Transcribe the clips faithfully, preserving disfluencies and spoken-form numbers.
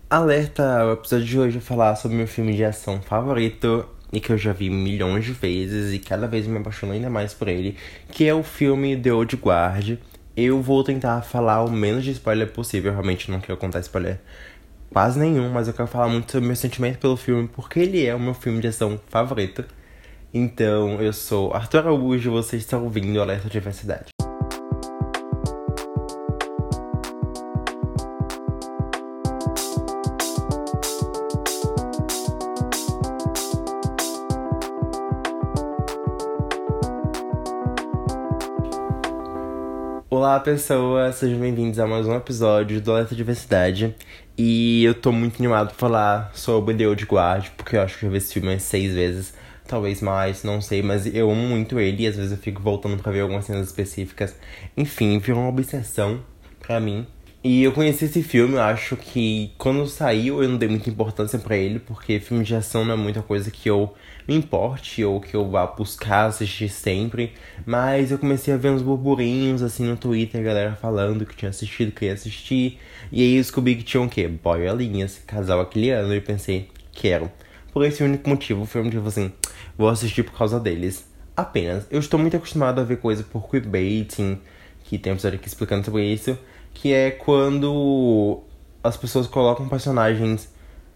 Alerta, o episódio de hoje vai falar sobre meu filme de ação favorito e que eu já vi milhões de vezes e cada vez me apaixono ainda mais por ele, que é o filme The Old Guard. Eu vou tentar falar o menos de spoiler possível, realmente não quero contar spoiler quase nenhum, mas eu quero falar muito sobre meu sentimento pelo filme, porque ele é o meu filme de ação favorito. Então, eu sou Arthur Araújo e você está ouvindo o Alerta de Diversidade. Olá, pessoas, sejam bem-vindos a mais um episódio do Alerta Diversidade. E eu tô muito animado pra falar sobre The Old Guard, porque eu acho que eu já vi esse filme umas seis vezes, talvez mais, não sei, mas eu amo muito ele e às vezes eu fico voltando pra ver algumas cenas específicas. Enfim, virou uma obsessão pra mim. E eu conheci esse filme, eu acho que quando saiu eu não dei muita importância pra ele, porque filme de ação não é muita coisa que eu me importe ou que eu vá buscar assistir sempre. Mas eu comecei a ver uns burburinhos assim no Twitter, a galera falando que tinha assistido, que ia assistir. E aí eu descobri que tinha o quê? Boiolinhas, casal aquele ano, e pensei, quero. Por esse único motivo, foi um motivo assim, vou assistir por causa deles. Apenas, eu estou muito acostumado a ver coisa por queerbaiting, que tem um episódio aqui explicando sobre isso, que é quando as pessoas colocam personagens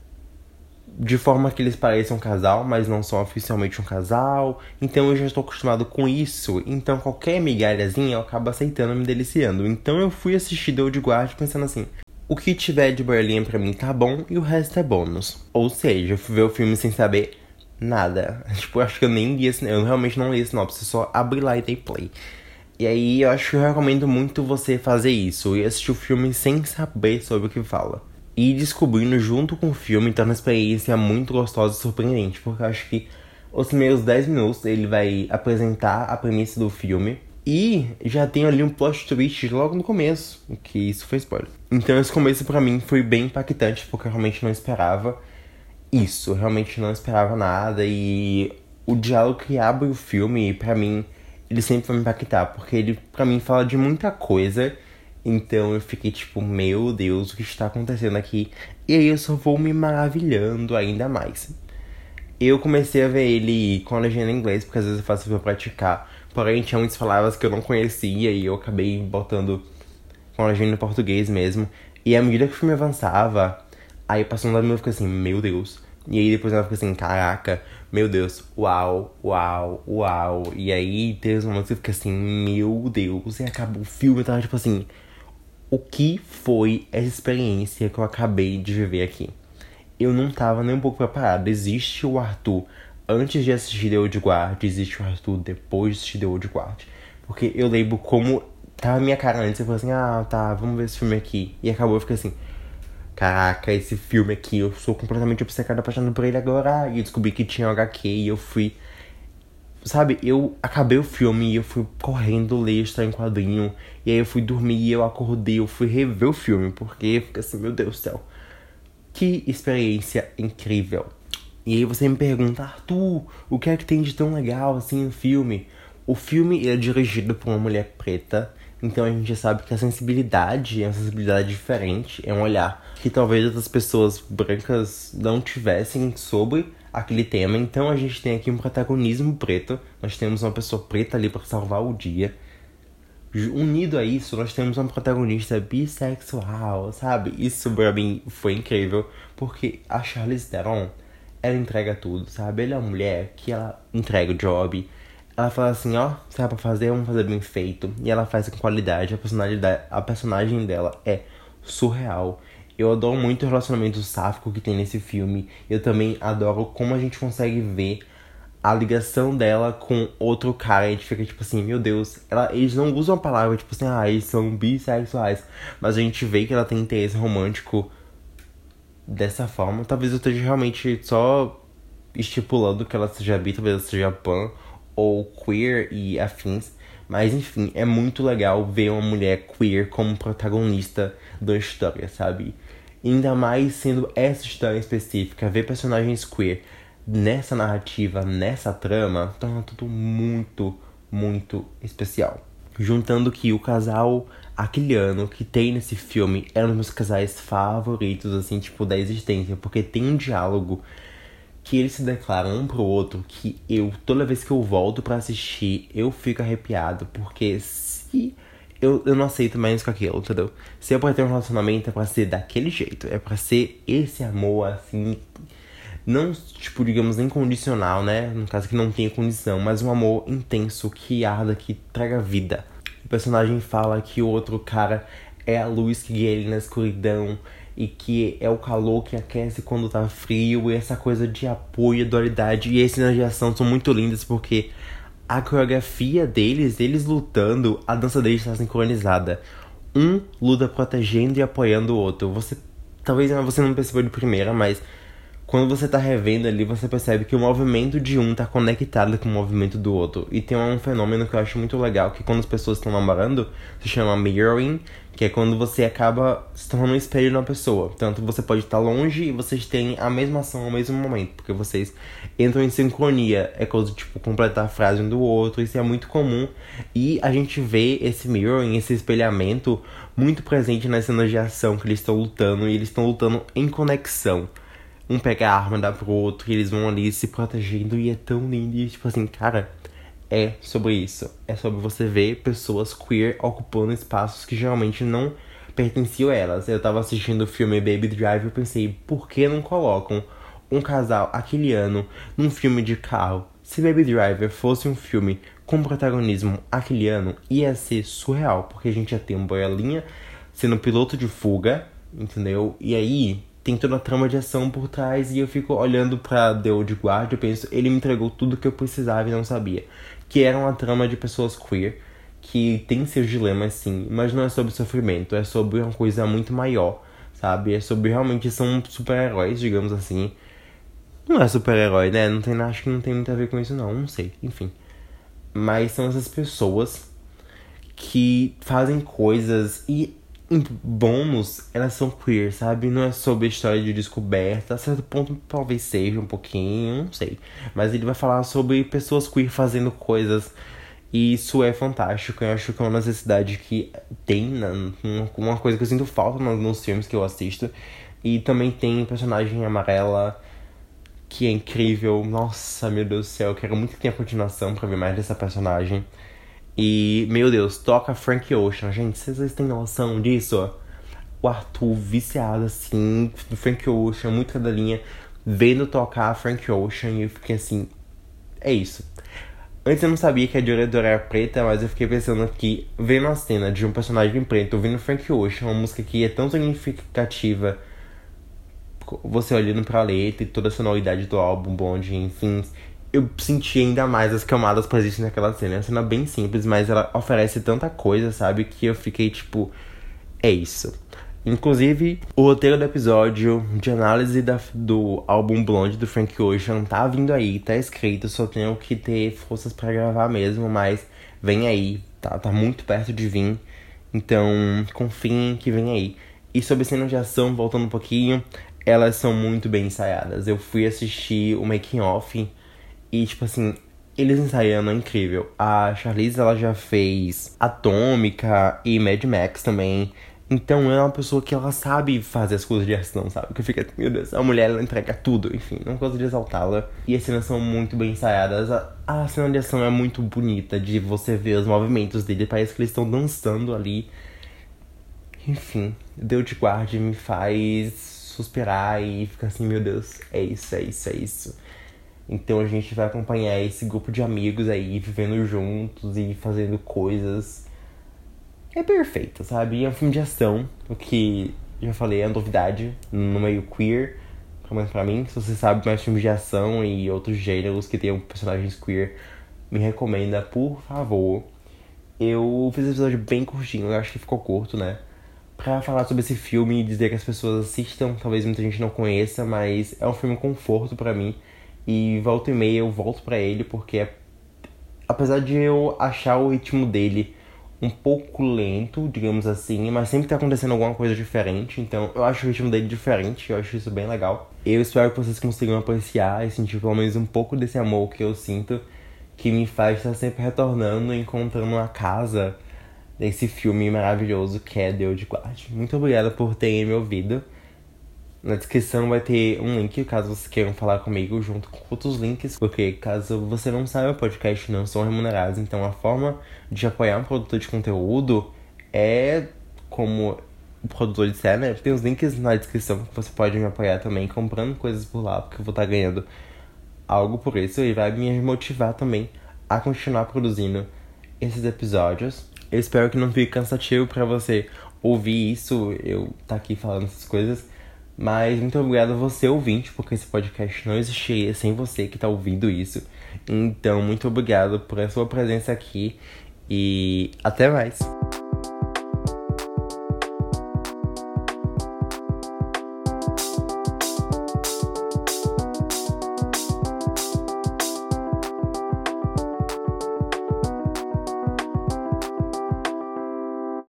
de forma que eles pareçam um casal, mas não são oficialmente um casal. Então eu já estou acostumado com isso. Então qualquer migalhazinha eu acabo aceitando e me deliciando. Então eu fui assistir The Old Guard pensando assim, o que tiver de boiolinha pra mim tá bom e o resto é bônus. Ou seja, eu fui ver o filme sem saber nada. Tipo, eu acho que eu nem li esse, eu realmente não li a sinopse, só abri lá e dei play. E aí eu acho que eu recomendo muito você fazer isso e assistir o filme sem saber sobre o que fala. E descobrindo junto com o filme, então uma experiência muito gostosa e surpreendente, porque eu acho que os primeiros dez minutos ele vai apresentar a premissa do filme e já tem ali um plot twist logo no começo, que isso foi spoiler. Então esse começo pra mim foi bem impactante, porque eu realmente não esperava isso, eu realmente não esperava nada. E o diálogo que abre o filme, pra mim, ele sempre vai me impactar, porque ele, pra mim, fala de muita coisa. Então eu fiquei tipo, meu Deus, o que está acontecendo aqui? E aí eu só vou me maravilhando ainda mais. Eu comecei a ver ele com a legenda em inglês, porque às vezes eu faço pra praticar. Porém, tinha muitas palavras que eu não conhecia e eu acabei botando com a legenda em português mesmo. E à medida que o filme avançava, aí passando da minha eu fiquei assim, meu Deus. E aí depois ela fica assim, caraca, meu Deus, uau, uau, uau. E aí teve uns momentos que eu fiquei assim, meu Deus. E acabou o filme, eu tava tipo assim, o que foi essa experiência que eu acabei de viver aqui? Eu não tava nem um pouco preparado. Existe o Arthur antes de assistir The Old Guard, existe o Arthur depois de assistir The Old Guard. Porque eu lembro como tava a minha cara antes, eu falei assim, ah, tá, vamos ver esse filme aqui. E acabou, eu fiquei assim, caraca, esse filme aqui, eu sou completamente obcecado, apaixonado por ele agora. E eu descobri que tinha H Q e eu fui... Sabe, eu acabei o filme e eu fui correndo ler história em quadrinho. E aí eu fui dormir e eu acordei, eu fui rever o filme. Porque eu fiquei assim, meu Deus do céu, que experiência incrível. E aí você me pergunta, Arthur, o que é que tem de tão legal assim no filme? O filme é dirigido por uma mulher preta. Então a gente já sabe que a sensibilidade é uma sensibilidade diferente. É um olhar que talvez outras pessoas brancas não tivessem sobre aquele tema. Então a gente tem aqui um protagonismo preto. Nós temos uma pessoa preta ali para salvar o dia. Unido a isso, nós temos uma protagonista bissexual, sabe? Isso pra mim foi incrível, porque a Charlize Theron, ela entrega tudo, sabe? Ela é uma mulher que ela entrega o job. Ela fala assim, ó, se é pra fazer, vamos fazer bem feito. E ela faz com qualidade. A personagem, a personagem dela é surreal. Eu adoro muito o relacionamento sáfico que tem nesse filme. Eu também adoro como a gente consegue ver a ligação dela com outro cara. A gente fica tipo assim, meu Deus, ela, eles não usam a palavra tipo assim, ah, eles são bissexuais. Mas a gente vê que ela tem interesse romântico dessa forma. Talvez eu esteja realmente só estipulando que ela seja bi, talvez ela seja pan ou queer e afins. Mas enfim, é muito legal ver uma mulher queer como protagonista da história, sabe? Ainda mais sendo essa história específica, ver personagens queer nessa narrativa, nessa trama, torna tudo muito, muito especial. Juntando que o casal aquiliano que tem nesse filme é um dos meus casais favoritos, assim, tipo, da existência. Porque tem um diálogo que eles se declaram um pro outro que eu, toda vez que eu volto pra assistir, eu fico arrepiado. Porque se... Eu, eu não aceito menos que aquilo, entendeu? Se é pra ter um relacionamento, é pra ser daquele jeito. É pra ser esse amor, assim... Não, tipo, digamos, incondicional, né? No caso que não tenha condição, mas um amor intenso, que arda, que traga vida. O personagem fala que o outro cara é a luz que guia ele na escuridão e que é o calor que aquece quando tá frio, e essa coisa de apoio, dualidade. E as cenas de ação são muito lindas porque a coreografia deles, eles lutando, a dança deles está sincronizada. Um luta protegendo e apoiando o outro. Você, talvez você não percebeu de primeira, mas quando você tá revendo ali, você percebe que o movimento de um tá conectado com o movimento do outro. E tem um fenômeno que eu acho muito legal, que quando as pessoas estão namorando, se chama mirroring, que é quando você acaba se tornando um espelho de uma pessoa. Tanto você pode estar longe e vocês têm a mesma ação ao mesmo momento, porque vocês entram em sincronia. É coisa de, tipo, completar a frase um do outro, isso é muito comum. E a gente vê esse mirroring, esse espelhamento, muito presente nas cenas de ação que eles estão lutando, e eles estão lutando em conexão. Um pega a arma, dá pro outro, e eles vão ali se protegendo, e é tão lindo. E tipo assim, cara, é sobre isso. É sobre você ver pessoas queer ocupando espaços que geralmente não pertenciam a elas. Eu tava assistindo o filme Baby Drive e eu pensei, por que não colocam um casal aquiliano num filme de carro? Se Baby Driver fosse um filme com protagonismo aquiliano, ia ser surreal, porque a gente ia ter um boiolinha sendo piloto de fuga, entendeu? E aí tem toda a trama de ação por trás, e eu fico olhando pra The Old Guard e eu penso, ele me entregou tudo que eu precisava e não sabia. Que era uma trama de pessoas queer, que tem seus dilemas sim, mas não é sobre sofrimento, é sobre uma coisa muito maior, sabe? É sobre realmente são super-heróis, digamos assim. Não é super-herói, né? Não tem, acho que não tem muito a ver com isso não, não sei, enfim. Mas são essas pessoas que fazem coisas e... em bônus, elas são queer, sabe? Não é sobre história de descoberta. A certo ponto, talvez seja um pouquinho, não sei. Mas ele vai falar sobre pessoas queer fazendo coisas. E isso é fantástico. Eu acho que é uma necessidade que tem, na, uma coisa que eu sinto falta nos, nos filmes que eu assisto. E também tem personagem amarela, que é incrível. Nossa, meu Deus do céu. Eu quero muito que tenha continuação pra ver mais dessa personagem. E, meu Deus, toca Frank Ocean. Gente, vocês têm noção disso? O Arthur viciado, assim, do Frank Ocean, muito cada linha, vendo tocar Frank Ocean, e eu fiquei assim, é isso. Antes eu não sabia que a diretora era preta, mas eu fiquei pensando que, vendo a cena de um personagem preto ouvindo Frank Ocean, uma música que é tão significativa, você olhando pra letra e toda a sonoridade do álbum, Blonde, enfim, eu senti ainda mais as camadas presentes naquela cena. É uma cena bem simples, mas ela oferece tanta coisa, sabe? Que eu fiquei tipo, é isso. Inclusive, o roteiro do episódio de análise da, do álbum Blonde do Frank Ocean tá vindo aí, tá escrito. Só tenho que ter forças pra gravar mesmo, mas vem aí, tá, tá muito perto de vir. Então, confiem que vem aí. E sobre cenas de ação, voltando um pouquinho, elas são muito bem ensaiadas. Eu fui assistir o making of e, tipo assim, eles ensaiando é incrível. A Charlize, ela já fez Atômica e Mad Max também. Então ela é uma pessoa que ela sabe fazer as coisas de ação, sabe? Que fica, meu Deus, a mulher, ela entrega tudo. Enfim, não gosto de exaltá-la. E as cenas são muito bem ensaiadas. A, a cena de ação é muito bonita, de você ver os movimentos dele. Parece que eles estão dançando ali. Enfim, Deus te guarde, me faz suspirar e ficar assim, meu Deus, é isso, é isso, é isso. Então a gente vai acompanhar esse grupo de amigos aí, vivendo juntos e fazendo coisas. É perfeito, sabe? É um filme de ação, o que, já falei, é novidade no meio queer, pelo menos pra mim. Se você sabe mais filmes de ação e outros gêneros que tenham personagens queer, me recomenda, por favor. Eu fiz esse episódio bem curtinho, eu acho que ficou curto, né? Pra falar sobre esse filme e dizer que as pessoas assistam, talvez muita gente não conheça, mas é um filme conforto pra mim. E volta e meia eu volto pra ele, porque apesar de eu achar o ritmo dele um pouco lento, digamos assim, mas sempre tá acontecendo alguma coisa diferente, então eu acho o ritmo dele diferente, eu acho isso bem legal. Eu espero que vocês consigam apreciar e sentir pelo menos um pouco desse amor que eu sinto, que me faz estar sempre retornando e encontrando uma casa desse filme maravilhoso que é Deus de Guarde. Muito obrigado por terem me ouvido. Na descrição vai ter um link, caso vocês queiram falar comigo, junto com outros links. Porque, caso você não saiba, podcasts não são remunerados. Então, a forma de apoiar um produtor de conteúdo é como o produtor disser, né? Tem os links na descrição que você pode me apoiar também, comprando coisas por lá. Porque eu vou estar ganhando algo por isso. E vai me motivar também a continuar produzindo esses episódios. Eu espero que não fique cansativo pra você ouvir isso, eu tá aqui falando essas coisas. Mas muito obrigado a você, ouvinte, porque esse podcast não existiria sem você que tá ouvindo isso. Então, muito obrigado por a sua presença aqui e até mais!